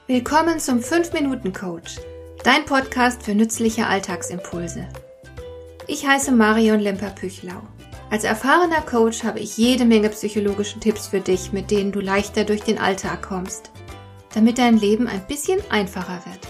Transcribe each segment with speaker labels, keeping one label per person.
Speaker 1: Willkommen zum 5-Minuten-Coach, dein Podcast für nützliche Alltagsimpulse. Ich heiße Marion Lemper-Püchlau. Als erfahrener Coach habe ich jede Menge psychologische Tipps für dich, mit denen du leichter durch den Alltag kommst, damit dein Leben ein bisschen einfacher wird.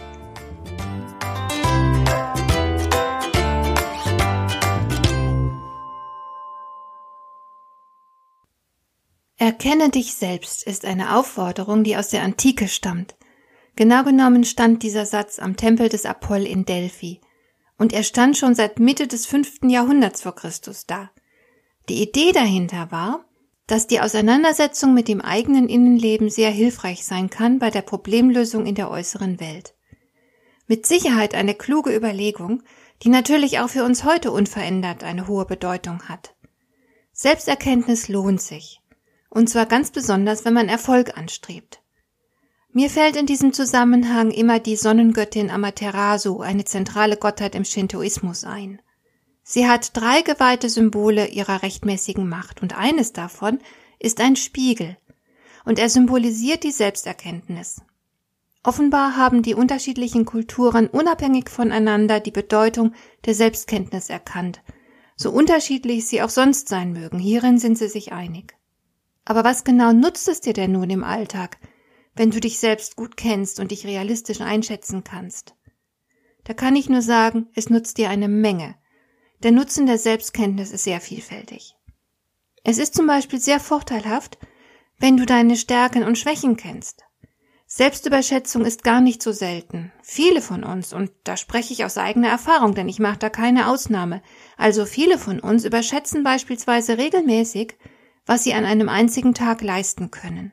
Speaker 1: Erkenne dich selbst ist eine Aufforderung, die aus der Antike stammt. Genau genommen stand dieser Satz am Tempel des Apoll in Delphi und er stand schon seit Mitte des 5. Jahrhunderts vor Christus da. Die Idee dahinter war, dass die Auseinandersetzung mit dem eigenen Innenleben sehr hilfreich sein kann bei der Problemlösung in der äußeren Welt. Mit Sicherheit eine kluge Überlegung, die natürlich auch für uns heute unverändert eine hohe Bedeutung hat. Selbsterkenntnis lohnt sich, und zwar ganz besonders, wenn man Erfolg anstrebt. Mir fällt in diesem Zusammenhang immer die Sonnengöttin Amaterasu, eine zentrale Gottheit im Shintoismus, ein. Sie hat 3 geweihte Symbole ihrer rechtmäßigen Macht und eines davon ist ein Spiegel und er symbolisiert die Selbsterkenntnis. Offenbar haben die unterschiedlichen Kulturen unabhängig voneinander die Bedeutung der Selbstkenntnis erkannt, so unterschiedlich sie auch sonst sein mögen, hierin sind sie sich einig. Aber was genau nutzt es dir denn nun im Alltag, wenn du dich selbst gut kennst und dich realistisch einschätzen kannst? Da kann ich nur sagen, es nutzt dir eine Menge. Der Nutzen der Selbstkenntnis ist sehr vielfältig. Es ist zum Beispiel sehr vorteilhaft, wenn du deine Stärken und Schwächen kennst. Selbstüberschätzung ist gar nicht so selten. Viele von uns, und da spreche ich aus eigener Erfahrung, denn ich mache da keine Ausnahme, also viele von uns überschätzen beispielsweise regelmäßig, was sie an einem einzigen Tag leisten können.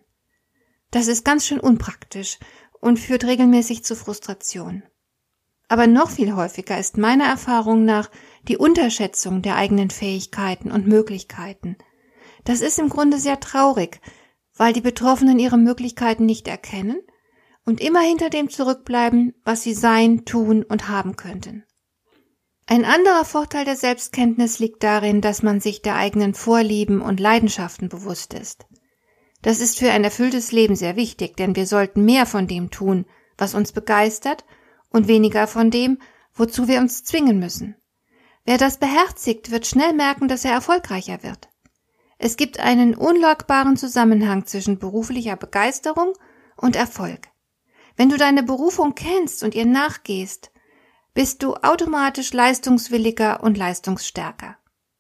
Speaker 1: Das ist ganz schön unpraktisch und führt regelmäßig zu Frustration. Aber noch viel häufiger ist meiner Erfahrung nach die Unterschätzung der eigenen Fähigkeiten und Möglichkeiten. Das ist im Grunde sehr traurig, weil die Betroffenen ihre Möglichkeiten nicht erkennen und immer hinter dem zurückbleiben, was sie sein, tun und haben könnten. Ein anderer Vorteil der Selbstkenntnis liegt darin, dass man sich der eigenen Vorlieben und Leidenschaften bewusst ist. Das ist für ein erfülltes Leben sehr wichtig, denn wir sollten mehr von dem tun, was uns begeistert, und weniger von dem, wozu wir uns zwingen müssen. Wer das beherzigt, wird schnell merken, dass er erfolgreicher wird. Es gibt einen unleugbaren Zusammenhang zwischen beruflicher Begeisterung und Erfolg. Wenn du deine Berufung kennst und ihr nachgehst, bist du automatisch leistungswilliger und leistungsstärker.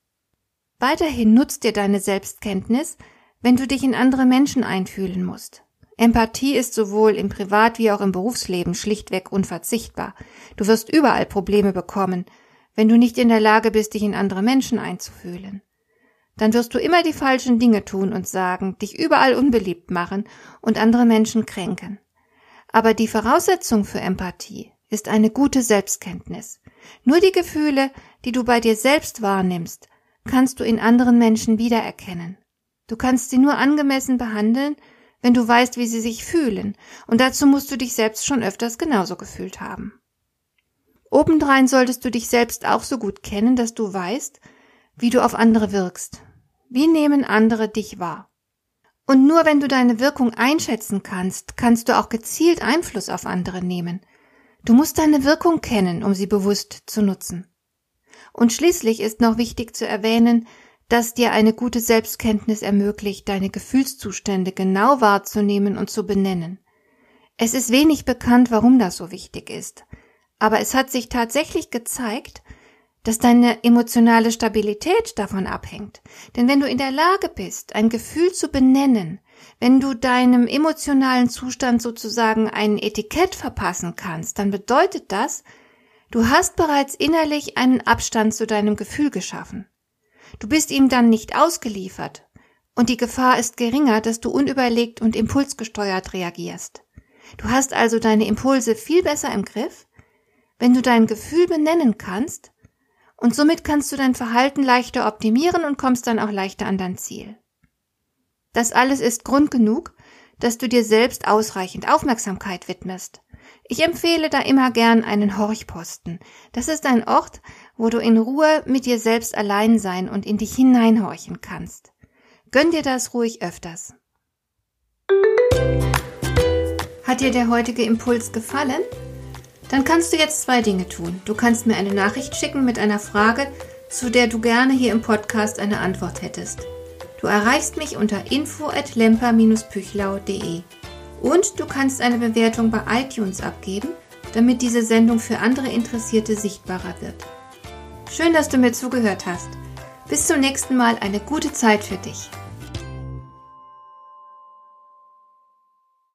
Speaker 1: Weiterhin nutzt dir deine Selbstkenntnis, wenn du dich in andere Menschen einfühlen musst. Empathie ist sowohl im Privat- wie auch im Berufsleben schlichtweg unverzichtbar. Du wirst überall Probleme bekommen, wenn du nicht in der Lage bist, dich in andere Menschen einzufühlen. Dann wirst du immer die falschen Dinge tun und sagen, dich überall unbeliebt machen und andere Menschen kränken. Aber die Voraussetzung für Empathie ist eine gute Selbstkenntnis. Nur die Gefühle, die du bei dir selbst wahrnimmst, kannst du in anderen Menschen wiedererkennen. Du kannst sie nur angemessen behandeln, wenn du weißt, wie sie sich fühlen, und dazu musst du dich selbst schon öfters genauso gefühlt haben. Obendrein solltest du dich selbst auch so gut kennen, dass du weißt, wie du auf andere wirkst. Wie nehmen andere dich wahr? Und nur wenn du deine Wirkung einschätzen kannst, kannst du auch gezielt Einfluss auf andere nehmen. Du musst deine Wirkung kennen, um sie bewusst zu nutzen. Und schließlich ist noch wichtig zu erwähnen, dass dir eine gute Selbstkenntnis ermöglicht, deine Gefühlszustände genau wahrzunehmen und zu benennen. Es ist wenig bekannt, warum das so wichtig ist, aber es hat sich tatsächlich gezeigt, dass deine emotionale Stabilität davon abhängt. Denn wenn du in der Lage bist, ein Gefühl zu benennen, wenn du deinem emotionalen Zustand sozusagen ein Etikett verpassen kannst, dann bedeutet das, du hast bereits innerlich einen Abstand zu deinem Gefühl geschaffen. Du bist ihm dann nicht ausgeliefert und die Gefahr ist geringer, dass du unüberlegt und impulsgesteuert reagierst. Du hast also deine Impulse viel besser im Griff, wenn du dein Gefühl benennen kannst, und somit kannst du dein Verhalten leichter optimieren und kommst dann auch leichter an dein Ziel. Das alles ist Grund genug, dass du dir selbst ausreichend Aufmerksamkeit widmest. Ich empfehle da immer gern einen Horchposten. Das ist ein Ort, wo du in Ruhe mit dir selbst allein sein und in dich hineinhorchen kannst. Gönn dir das ruhig öfters. Hat dir der heutige Impuls gefallen? Dann kannst du jetzt 2 Dinge tun. Du kannst mir eine Nachricht schicken mit einer Frage, zu der du gerne hier im Podcast eine Antwort hättest. Du erreichst mich unter info@lemper-püchlau.de. Und du kannst eine Bewertung bei iTunes abgeben, damit diese Sendung für andere Interessierte sichtbarer wird. Schön, dass du mir zugehört hast. Bis zum nächsten Mal, eine gute Zeit für dich.